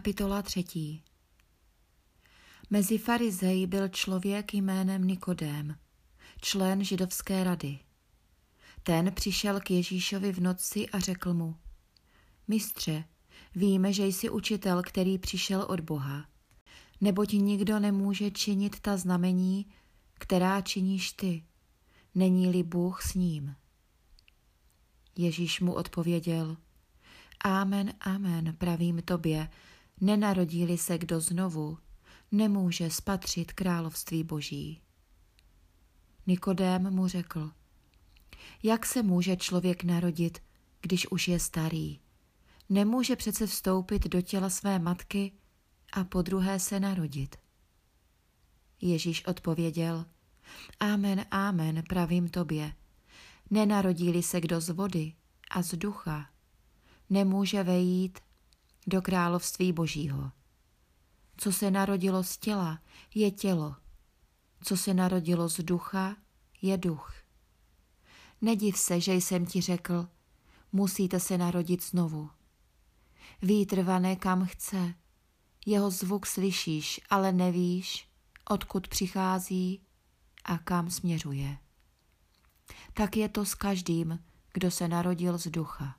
Kapitola 3. Mezi farizeji byl člověk jménem Nikodém, člen židovské rady. Ten přišel k Ježíšovi v noci a řekl mu: Mistře, víme, že jsi učitel, který přišel od Boha, neboť nikdo nemůže činit ta znamení, která činíš ty, není-li Bůh s ním. Ježíš mu odpověděl: Amen, amen, pravím tobě, nenarodí-li se kdo znovu, nemůže spatřit království Boží. Nikodém mu řekl: Jak se může člověk narodit, když už je starý? Nemůže přece vstoupit do těla své matky a podruhé se narodit. Ježíš odpověděl: Amen, amen, pravím tobě, nenarodí-li se kdo z vody a z ducha, nemůže vejít do království Božího. Co se narodilo z těla, je tělo. Co se narodilo z ducha, je duch. Nediv se, že jsem ti řekl, musíte se narodit znovu. Vítr vane kam chce, jeho zvuk slyšíš, ale nevíš, odkud přichází a kam směřuje. Tak je to s každým, kdo se narodil z ducha.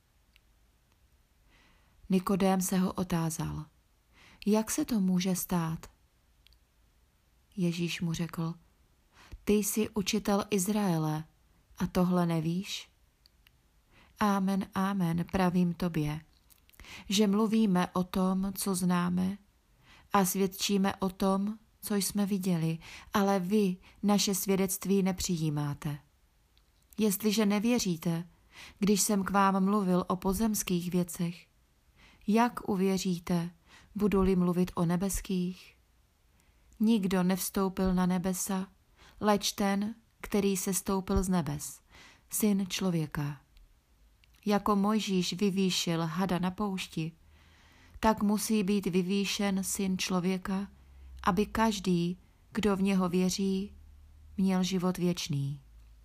Nikodém se ho otázal: Jak se to může stát? Ježíš mu řekl: Ty jsi učitel Izraele a tohle nevíš? Amen, amen, pravím tobě, že mluvíme o tom, co známe, a svědčíme o tom, co jsme viděli, ale vy naše svědectví nepřijímáte. Jestliže nevěříte, když jsem k vám mluvil o pozemských věcech, jak uvěříte, budu-li mluvit o nebeských? Nikdo nevstoupil na nebesa, leč ten, který se stoupil z nebes, Syn člověka. Jako Mojžíš vyvýšil hada na poušti, tak musí být vyvýšen Syn člověka, aby každý, kdo v něho věří, měl život věčný.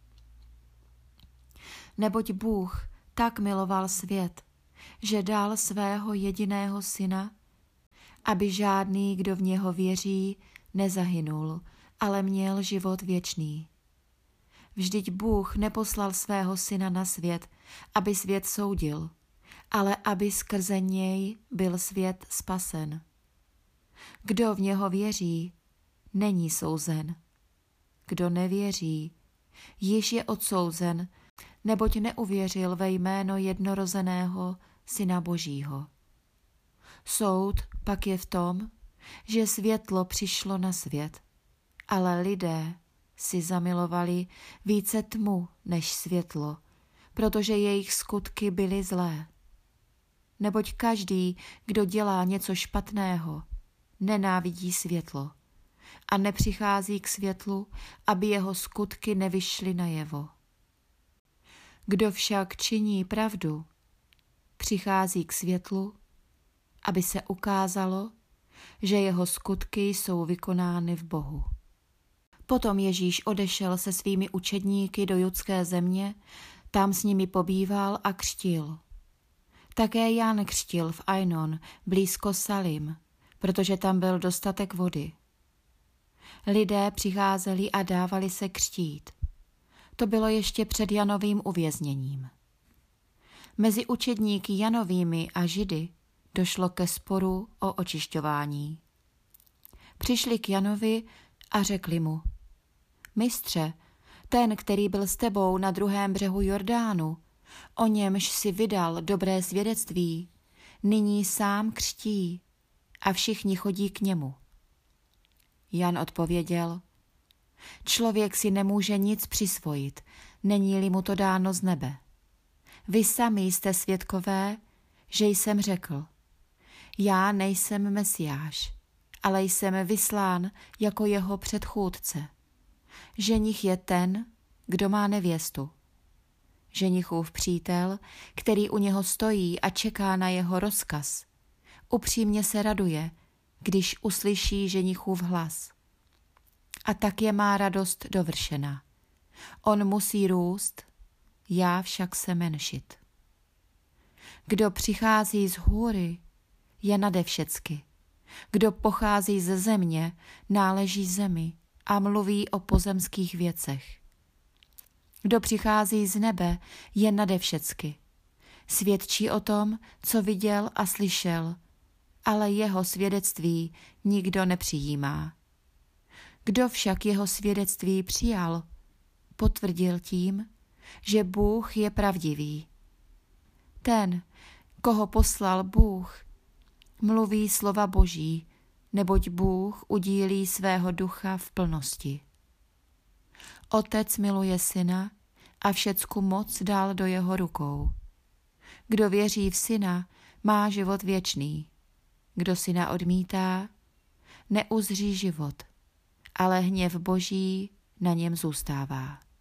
Neboť Bůh tak miloval svět, že dal svého jediného syna, aby žádný, kdo v něho věří, nezahynul, ale měl život věčný. Vždyť Bůh neposlal svého syna na svět, aby svět soudil, ale aby skrze něj byl svět spasen. Kdo v něho věří, není souzen. Kdo nevěří, již je odsouzen, neboť neuvěřil ve jméno jednorozeného Syna Božího. Soud pak je v tom, že světlo přišlo na svět, ale lidé si zamilovali více tmu než světlo, protože jejich skutky byly zlé. Neboť každý, kdo dělá něco špatného, nenávidí světlo a nepřichází k světlu, aby jeho skutky nevyšly najevo. Kdo však činí pravdu, přichází k světlu, aby se ukázalo, že jeho skutky jsou vykonány v Bohu. Potom Ježíš odešel se svými učedníky do judské země, tam s nimi pobýval a křtil. Také Jan křtil v Ainon, blízko Salim, protože tam byl dostatek vody. Lidé přicházeli a dávali se křtít. To bylo ještě před Janovým uvězněním. Mezi učedníky Janovými a Židy došlo ke sporu o očišťování. Přišli k Janovi a řekli mu: Mistře, ten, který byl s tebou na druhém břehu Jordánu, o němž si vydal dobré svědectví, nyní sám křtí a všichni chodí k němu. Jan odpověděl: Člověk si nemůže nic přisvojit, není-li mu to dáno z nebe. Vy sami jste svědkové, že jsem řekl: Já nejsem Mesiáš, ale jsem vyslán jako jeho předchůdce. Ženich je ten, kdo má nevěstu. Ženichův přítel, který u něho stojí a čeká na jeho rozkaz, upřímně se raduje, když uslyší ženichův hlas. A tak je má radost dovršena. On musí růst, já však se menšit. Kdo přichází z hůry, je nade všecky. Kdo pochází ze země, náleží zemi a mluví o pozemských věcech. Kdo přichází z nebe, je nade všecky. Svědčí o tom, co viděl a slyšel, ale jeho svědectví nikdo nepřijímá. Kdo však jeho svědectví přijal, potvrdil tím, že Bůh je pravdivý. Ten, koho poslal Bůh, mluví slova Boží, neboť Bůh udílí svého ducha v plnosti. Otec miluje syna a všecku moc dal do jeho rukou. Kdo věří v syna, má život věčný. Kdo syna odmítá, neuzří život, ale hněv Boží na něm zůstává.